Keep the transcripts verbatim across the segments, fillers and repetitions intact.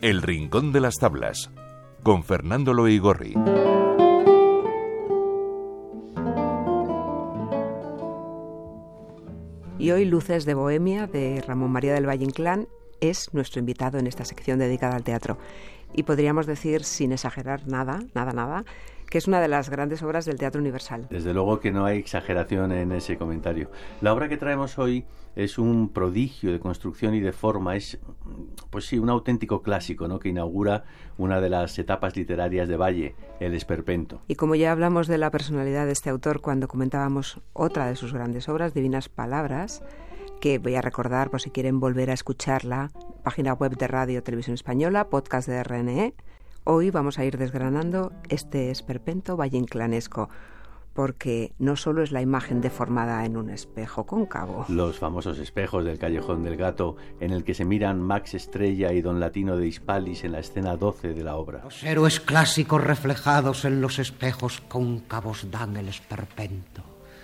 El Rincón de las Tablas, con Fernando Loigorri. Y hoy Luces de Bohemia, de Ramón María del Valle-Inclán, es nuestro invitado en esta sección dedicada al teatro. Y podríamos decir, sin exagerar nada, nada, nada, que es una de las grandes obras del teatro universal. Desde luego que no hay exageración en ese comentario. La obra que traemos hoy es un prodigio de construcción y de forma. Es, pues sí, un auténtico clásico, ¿no?, que inaugura una de las etapas literarias de Valle, el Esperpento. Y como ya hablamos de la personalidad de este autor cuando comentábamos otra de sus grandes obras, Divinas Palabras, que voy a recordar por si quieren volver a escucharla, página web de Radio Televisión Española, podcast de R N E. Hoy vamos a ir desgranando este esperpento valleinclanesco, porque no solo es la imagen deformada en un espejo cóncavo. Los famosos espejos del Callejón del Gato, en el que se miran Max Estrella y Don Latino de Hispalis en la escena doce de la obra. Los héroes clásicos reflejados en los espejos cóncavos dan el esperpento.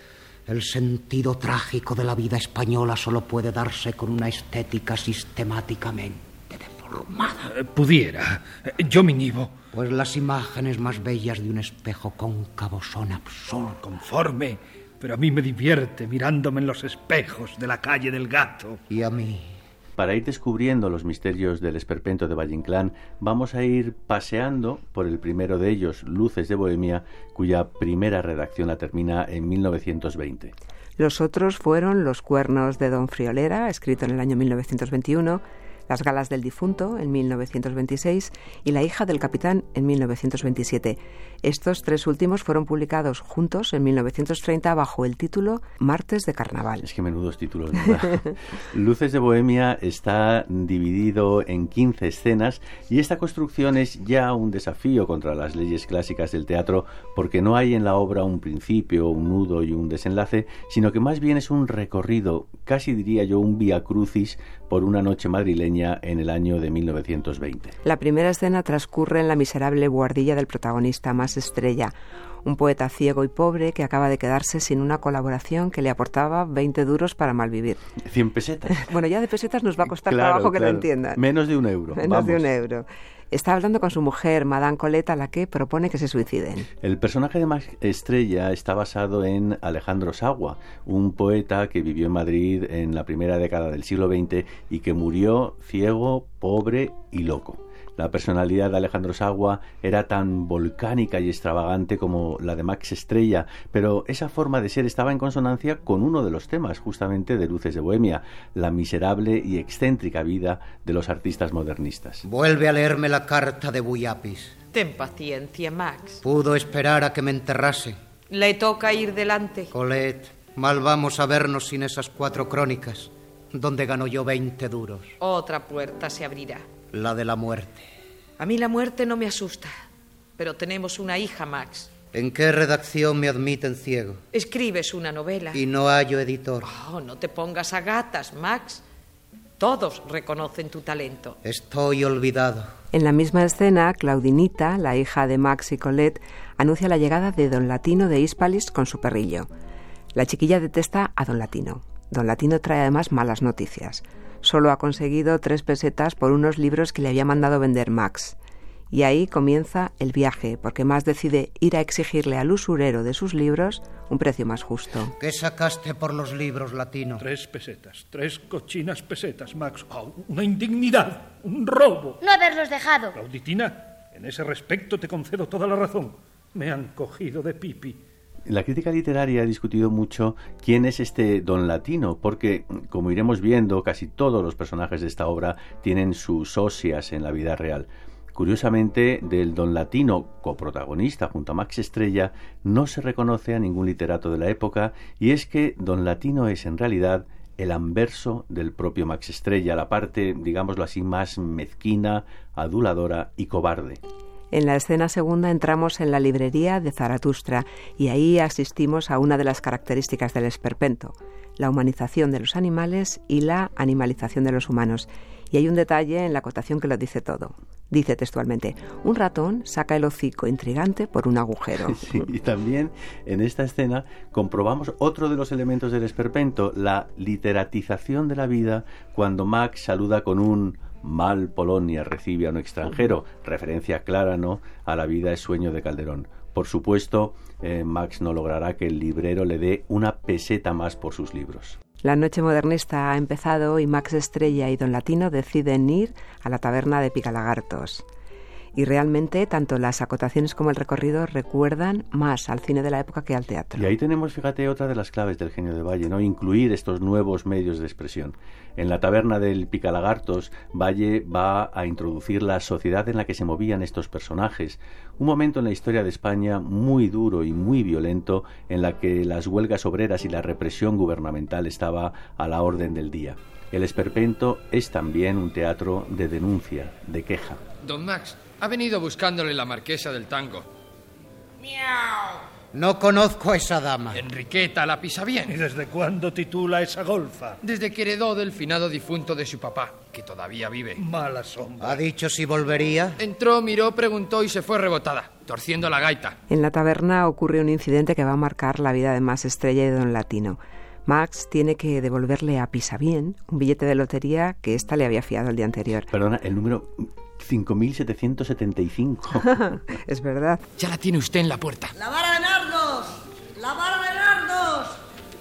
El sentido trágico de la vida española solo puede darse con una estética sistemáticamente deformada. Eh, pudiera. Yo me inhibo. Pues las imágenes más bellas de un espejo cóncavo son absurdas. Conforme, pero a mí me divierte mirándome en los espejos de la calle del Gato. Y a mí. Para ir descubriendo los misterios del Esperpento de Valle-Inclán, vamos a ir paseando por el primero de ellos, Luces de Bohemia, cuya primera redacción la termina en mil novecientos veinte. Los otros fueron Los cuernos de Don Friolera, escrito en el año mil novecientos veintiuno, Las galas del difunto, en mil novecientos veintiséis, y La hija del capitán, en mil novecientos veintisiete. Estos tres últimos fueron publicados juntos en mil novecientos treinta bajo el título Martes de Carnaval. Es que menudos títulos, ¿verdad? Luces de Bohemia está dividido en quince escenas y esta construcción es ya un desafío contra las leyes clásicas del teatro, porque no hay en la obra un principio, un nudo y un desenlace, sino que más bien es un recorrido, casi diría yo un vía crucis, por una noche madrileña en el año de mil novecientos veinte. La primera escena transcurre en la miserable buhardilla del protagonista Max Estrella, un poeta ciego y pobre que acaba de quedarse sin una colaboración que le aportaba veinte duros para malvivir. cien pesetas. Bueno, ya de pesetas nos va a costar claro, trabajo que claro. lo entiendan. Menos de un euro. Menos Vamos. de un euro. Está hablando con su mujer, Madame Colette, a la que propone que se suiciden. El personaje de Max Estrella está basado en Alejandro Sagua, un poeta que vivió en Madrid en la primera década del siglo veinte y que murió ciego, pobre y loco. La personalidad de Alejandro Sagua era tan volcánica y extravagante como la de Max Estrella, pero esa forma de ser estaba en consonancia con uno de los temas justamente de Luces de Bohemia, la miserable y excéntrica vida de los artistas modernistas. Vuelve a leerme la carta de Buyapis. Ten paciencia, Max. Pudo esperar a que me enterrase. Le toca ir delante. Colette, mal vamos a vernos sin esas cuatro crónicas, donde gano yo veinte duros. Otra puerta se abrirá. La de la muerte. A mí la muerte no me asusta, pero tenemos una hija, Max. ¿En qué redacción me admiten ciego? Escribes una novela. Y no hallo editor. Oh, no te pongas a gatas, Max. Todos reconocen tu talento. Estoy olvidado. En la misma escena, Claudinita, la hija de Max y Colette, anuncia la llegada de Don Latino de Hispalis con su perrillo. La chiquilla detesta a Don Latino. Don Latino trae además malas noticias. Solo ha conseguido tres pesetas por unos libros que le había mandado vender Max. Y ahí comienza el viaje, porque Max decide ir a exigirle al usurero de sus libros un precio más justo. ¿Qué sacaste por los libros, Latino? Tres pesetas, tres cochinas pesetas, Max. Oh, una indignidad, un robo. No haberlos dejado. Clauditina, en ese respecto te concedo toda la razón. Me han cogido de pipi. La crítica literaria ha discutido mucho quién es este Don Latino, porque, como iremos viendo, casi todos los personajes de esta obra tienen sus osias en la vida real. Curiosamente, del Don Latino, coprotagonista junto a Max Estrella, no se reconoce a ningún literato de la época, y es que Don Latino es, en realidad, el anverso del propio Max Estrella, la parte, digámoslo así, más mezquina, aduladora y cobarde. En la escena segunda entramos en la librería de Zaratustra y ahí asistimos a una de las características del esperpento, la humanización de los animales y la animalización de los humanos. Y hay un detalle en la acotación que lo dice todo. Dice textualmente, un ratón saca el hocico intrigante por un agujero. Sí, y también en esta escena comprobamos otro de los elementos del esperpento, la literatización de la vida, cuando Max saluda con un Mal Polonia recibe a un extranjero, referencia clara, ¿no?, a La vida es sueño de Calderón. Por supuesto, eh, Max no logrará que el librero le dé una peseta más por sus libros. La noche modernista ha empezado y Max Estrella y Don Latino deciden ir a la taberna de Picalagartos. Y realmente tanto las acotaciones como el recorrido recuerdan más al cine de la época que al teatro. Y ahí tenemos, fíjate, otra de las claves del genio de Valle, ¿no? Incluir estos nuevos medios de expresión. En la taberna del Picalagartos, Valle va a introducir la sociedad en la que se movían estos personajes. Un momento en la historia de España muy duro y muy violento, en la que las huelgas obreras y la represión gubernamental estaba a la orden del día. El Esperpento es también un teatro de denuncia, de queja. Don Max ha venido buscándole la marquesa del tango. ¡Miau! No conozco a esa dama. Enriqueta la pisa bien. ¿Y desde cuándo titula esa golfa? Desde que heredó del finado difunto de su papá, que todavía vive. Mala sombra. ¿Ha dicho si volvería? Entró, miró, preguntó y se fue rebotada, torciendo la gaita. En la taberna ocurre un incidente que va a marcar la vida de Max Estrella y de Don Latino. Max tiene que devolverle a Pisabien un billete de lotería que ésta le había fiado el día anterior. Perdona, el número cinco mil setecientos setenta y cinco. Es verdad. Ya la tiene usted en la puerta. ¡La vara de nardos! ¡La vara de nardos!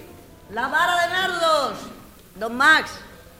¡La vara de nardos! Don Max,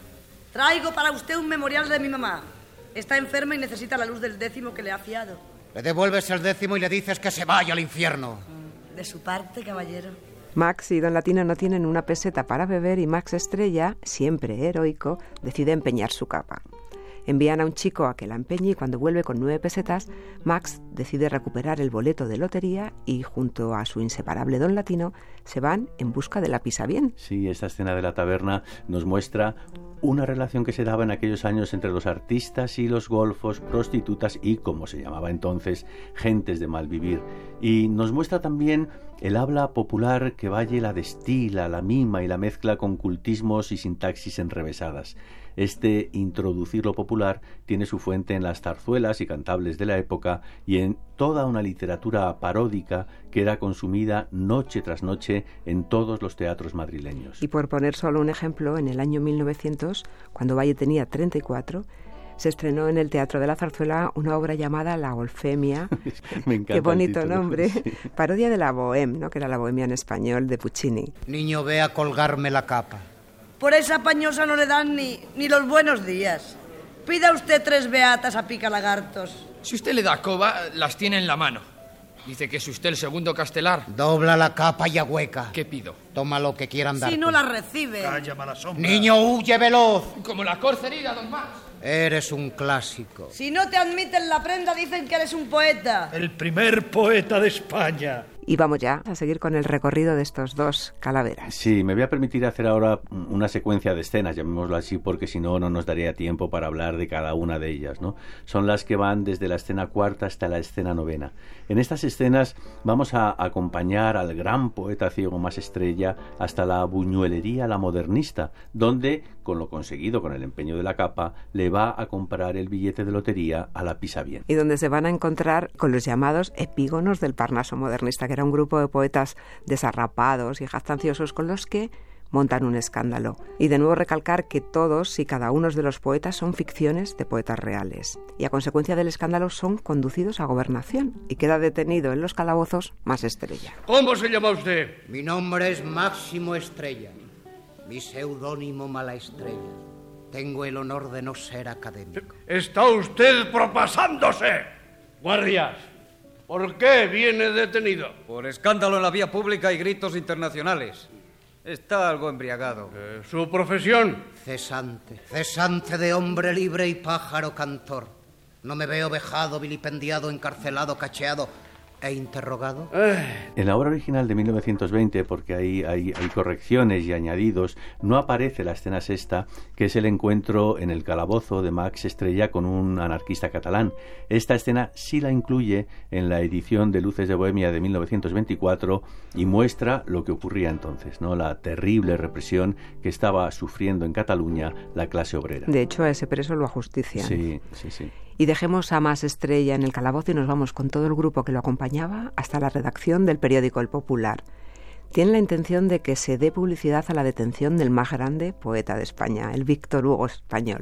traigo para usted un memorial de mi mamá. Está enferma y necesita la luz del décimo que le ha fiado. Le devuelves el décimo y le dices que se vaya al infierno. De su parte, caballero. Max y Don Latino no tienen una peseta para beber y Max Estrella, siempre heroico, decide empeñar su capa. Envían a un chico a que la empeñe y cuando vuelve con nueve pesetas, Max decide recuperar el boleto de lotería y junto a su inseparable Don Latino se van en busca de la Pisabien. Sí, esta escena de la taberna nos muestra una relación que se daba en aquellos años entre los artistas y los golfos, prostitutas y, como se llamaba entonces, gentes de mal vivir. Y nos muestra también el habla popular que Valle la destila, la mima y la mezcla con cultismos y sintaxis enrevesadas. Este introducir lo popular tiene su fuente en las zarzuelas y cantables de la época y en toda una literatura paródica que era consumida noche tras noche en todos los teatros madrileños. Y por poner solo un ejemplo, en el año mil novecientos, cuando Valle tenía treinta y cuatro, se estrenó en el Teatro de la Zarzuela una obra llamada La Golfemia. Me encanta. Qué bonito el título. nombre. Sí. Parodia de la Bohème, ¿no?, que era la Bohemia en español de Puccini. Niño, ve a colgarme la capa. Por esa pañosa no le dan ni, ni los buenos días. Pida usted tres beatas a Picalagartos. Si usted le da coba, las tiene en la mano. Dice que es usted el segundo castelar. Dobla la capa y ahueca. ¿Qué pido? Toma lo que quieran darte. Si no la recibe. Calla, mala sombra. Niño, huye veloz. Como la corza herida, don Max. Eres un clásico. Si no te admiten la prenda, dicen que eres un poeta. El primer poeta de España. Y vamos ya a seguir con el recorrido de estos dos calaveras. Sí, me voy a permitir hacer ahora una secuencia de escenas, llamémoslo así, porque si no, no nos daría tiempo para hablar de cada una de ellas, ¿no? Son las que van desde la escena cuarta hasta la escena novena. En estas escenas vamos a acompañar al gran poeta ciego Max Estrella hasta la buñuelería La Modernista, donde, con lo conseguido con el empeño de la capa, le va a comprar el billete de lotería a la Pisabien. Y donde se van a encontrar con los llamados epígonos del Parnaso modernista, que era un grupo de poetas desarrapados y jactanciosos con los que montan un escándalo. Y de nuevo recalcar que todos y cada uno de los poetas son ficciones de poetas reales. Y a consecuencia del escándalo son conducidos a gobernación y queda detenido en los calabozos Max Estrella. ¿Cómo se llama usted? Mi nombre es Máximo Estrella. Mi seudónimo Mala Estrella. Tengo el honor de no ser académico. Está usted propasándose. Guardias, ¿por qué viene detenido? Por escándalo en la vía pública y gritos internacionales. Está algo embriagado. Eh, ¿Su profesión? Cesante. Cesante de hombre libre y pájaro cantor. No me veo vejado, vilipendiado, encarcelado, cacheado e interrogado. Eh. En la obra original de mil novecientos veinte, porque hay, hay, hay correcciones y añadidos, no aparece la escena sexta, que es el encuentro en el calabozo de Max Estrella con un anarquista catalán. Esta escena sí la incluye en la edición de Luces de Bohemia de mil novecientos veinticuatro y muestra lo que ocurría entonces, ¿no? La terrible represión que estaba sufriendo en Cataluña la clase obrera. De hecho, a ese preso lo ajustician. Sí, sí, sí. Y dejemos a Max Estrella en el calabozo y nos vamos con todo el grupo que lo acompañaba hasta la redacción del periódico El Popular. Tienen la intención de que se dé publicidad a la detención del más grande poeta de España, el Víctor Hugo español.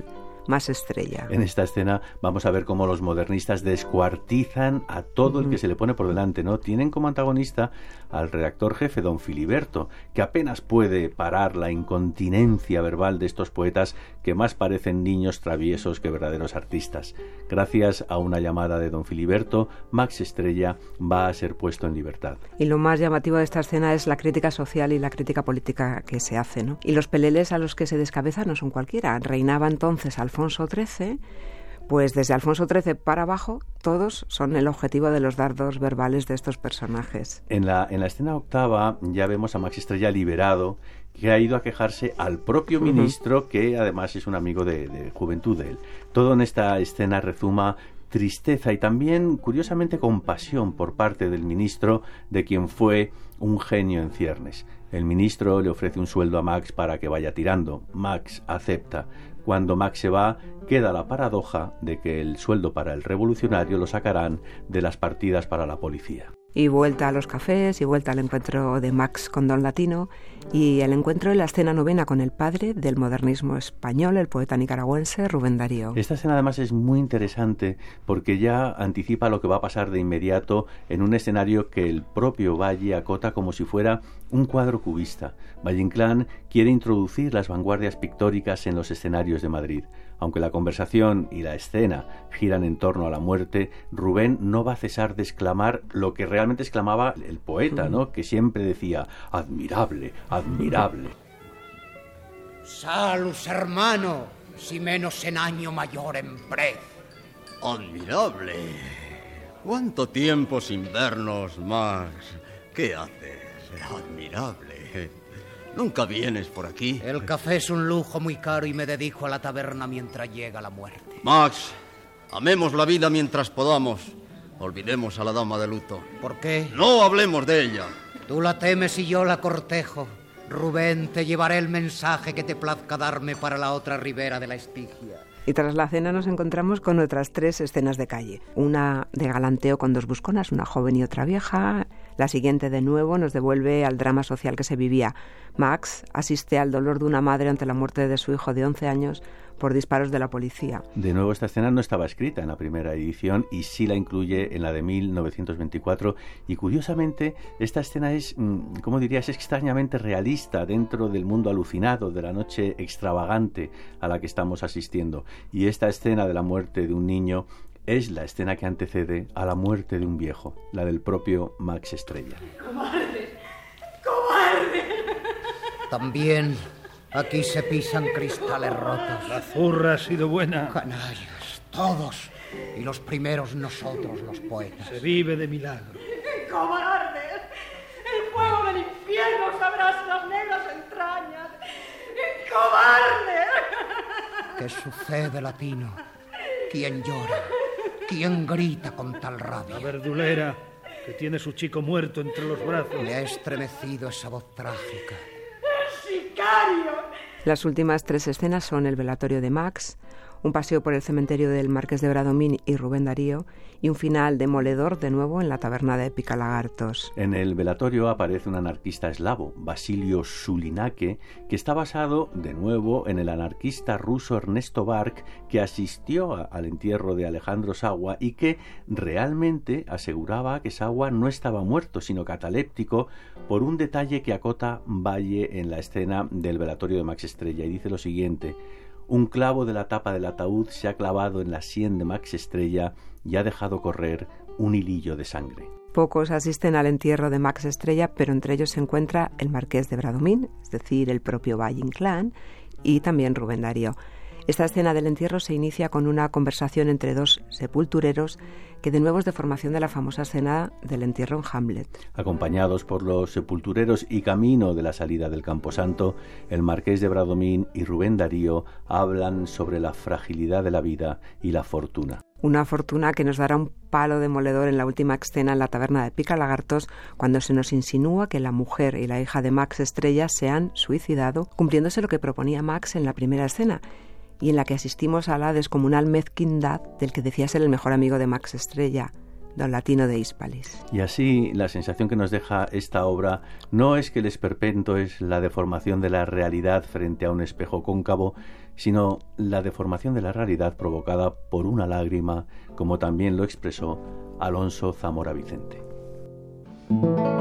Max Estrella. En esta escena vamos a ver cómo los modernistas descuartizan a todo el que se le pone por delante, ¿no? Tienen como antagonista al redactor jefe, don Filiberto, que apenas puede parar la incontinencia verbal de estos poetas que más parecen niños traviesos que verdaderos artistas. Gracias a una llamada de don Filiberto, Max Estrella va a ser puesto en libertad. Y lo más llamativo de esta escena es la crítica social y la crítica política que se hace, ¿no? Y los peleles a los que se descabeza no son cualquiera. Reinaba entonces Alfonso trece, pues desde Alfonso trece para abajo todos son el objetivo de los dardos verbales de estos personajes. En la, en la escena octava ya vemos a Max Estrella liberado, que ha ido a quejarse al propio ministro, uh-huh. que además es un amigo de, de juventud de él. Todo en esta escena rezuma tristeza y también, curiosamente, compasión por parte del ministro, de quien fue un genio en ciernes. El ministro le ofrece un sueldo a Max para que vaya tirando. Max acepta. Cuando Max se va, queda la paradoja de que el sueldo para el revolucionario lo sacarán de las partidas para la policía. Y vuelta a los cafés, y vuelta al encuentro de Max con don Latino, y el encuentro en la escena novena con el padre del modernismo español, el poeta nicaragüense Rubén Darío. Esta escena además es muy interesante porque ya anticipa lo que va a pasar de inmediato en un escenario que el propio Valle acota como si fuera un cuadro cubista. Valle-Inclán quiere introducir las vanguardias pictóricas en los escenarios de Madrid. Aunque la conversación y la escena giran en torno a la muerte, Rubén no va a cesar de exclamar lo que realmente exclamaba el poeta, ¿no? Que siempre decía, admirable, admirable. Salus, hermano, si menos en año mayor en prez. Admirable. ¿Cuánto tiempo sin vernos, Max? ¿Qué haces? Admirable. ¿Nunca vienes por aquí? El café es un lujo muy caro y me dedico a la taberna mientras llega la muerte. Max, amemos la vida mientras podamos. Olvidemos a la dama de luto. ¿Por qué? No hablemos de ella. Tú la temes y yo la cortejo. Rubén, te llevaré el mensaje que te plazca darme para la otra ribera de la Estigia. Y tras la cena nos encontramos con otras tres escenas de calle. Una de galanteo con dos busconas, una joven y otra vieja. La siguiente, de nuevo, nos devuelve al drama social que se vivía. Max asiste al dolor de una madre ante la muerte de su hijo de once años por disparos de la policía. De nuevo, esta escena no estaba escrita en la primera edición y sí la incluye en la de mil novecientos veinticuatro. Y curiosamente, esta escena es, ¿cómo dirías?, extrañamente realista dentro del mundo alucinado de la noche extravagante a la que estamos asistiendo. Y esta escena de la muerte de un niño es la escena que antecede a la muerte de un viejo, la del propio Max Estrella. ¡Cobarde! ¡Cobarde! También aquí se pisan cristales rotos. La zurra ha sido buena. Canallas, todos. Y los primeros nosotros, los poetas. Se vive de milagro. ¡Cobarde! El fuego del infierno sabrás las negras entrañas. ¡Cobarde! ¿Qué sucede, Latino? ¿Quién llora? ¿Quién grita con tal rabia? La verdulera, que tiene su chico muerto entre los brazos. Le ha estremecido esa voz trágica. ¡Sicario! Las últimas tres escenas son el velatorio de Max, un paseo por el cementerio del Marqués de Bradomín y Rubén Darío, y un final demoledor de nuevo en la taberna de Picalagartos. En el velatorio aparece un anarquista eslavo, Basilio Sulinake, que está basado de nuevo en el anarquista ruso Ernesto Bark, que asistió a, al entierro de Alejandro Sagua y que realmente aseguraba que Sagua no estaba muerto, sino cataléptico, por un detalle que acota Valle en la escena del velatorio de Max Estrella, y dice lo siguiente: un clavo de la tapa del ataúd se ha clavado en la sien de Max Estrella y ha dejado correr un hilillo de sangre. Pocos asisten al entierro de Max Estrella, pero entre ellos se encuentra el Marqués de Bradomín, es decir, el propio Valle-Inclán, y también Rubén Darío. Esta escena del entierro se inicia con una conversación entre dos sepultureros que de nuevo es de formación de la famosa escena del entierro en Hamlet. Acompañados por los sepultureros y camino de la salida del Camposanto, el Marqués de Bradomín y Rubén Darío hablan sobre la fragilidad de la vida y la fortuna. Una fortuna que nos dará un palo demoledor en la última escena en la taberna de Picalagartos, cuando se nos insinúa que la mujer y la hija de Max Estrella se han suicidado, cumpliéndose lo que proponía Max en la primera escena, y en la que asistimos a la descomunal mezquindad del que decía ser el mejor amigo de Max Estrella, don Latino de Hispalis. Y así, la sensación que nos deja esta obra no es que el esperpento es la deformación de la realidad frente a un espejo cóncavo, sino la deformación de la realidad provocada por una lágrima, como también lo expresó Alonso Zamora Vicente.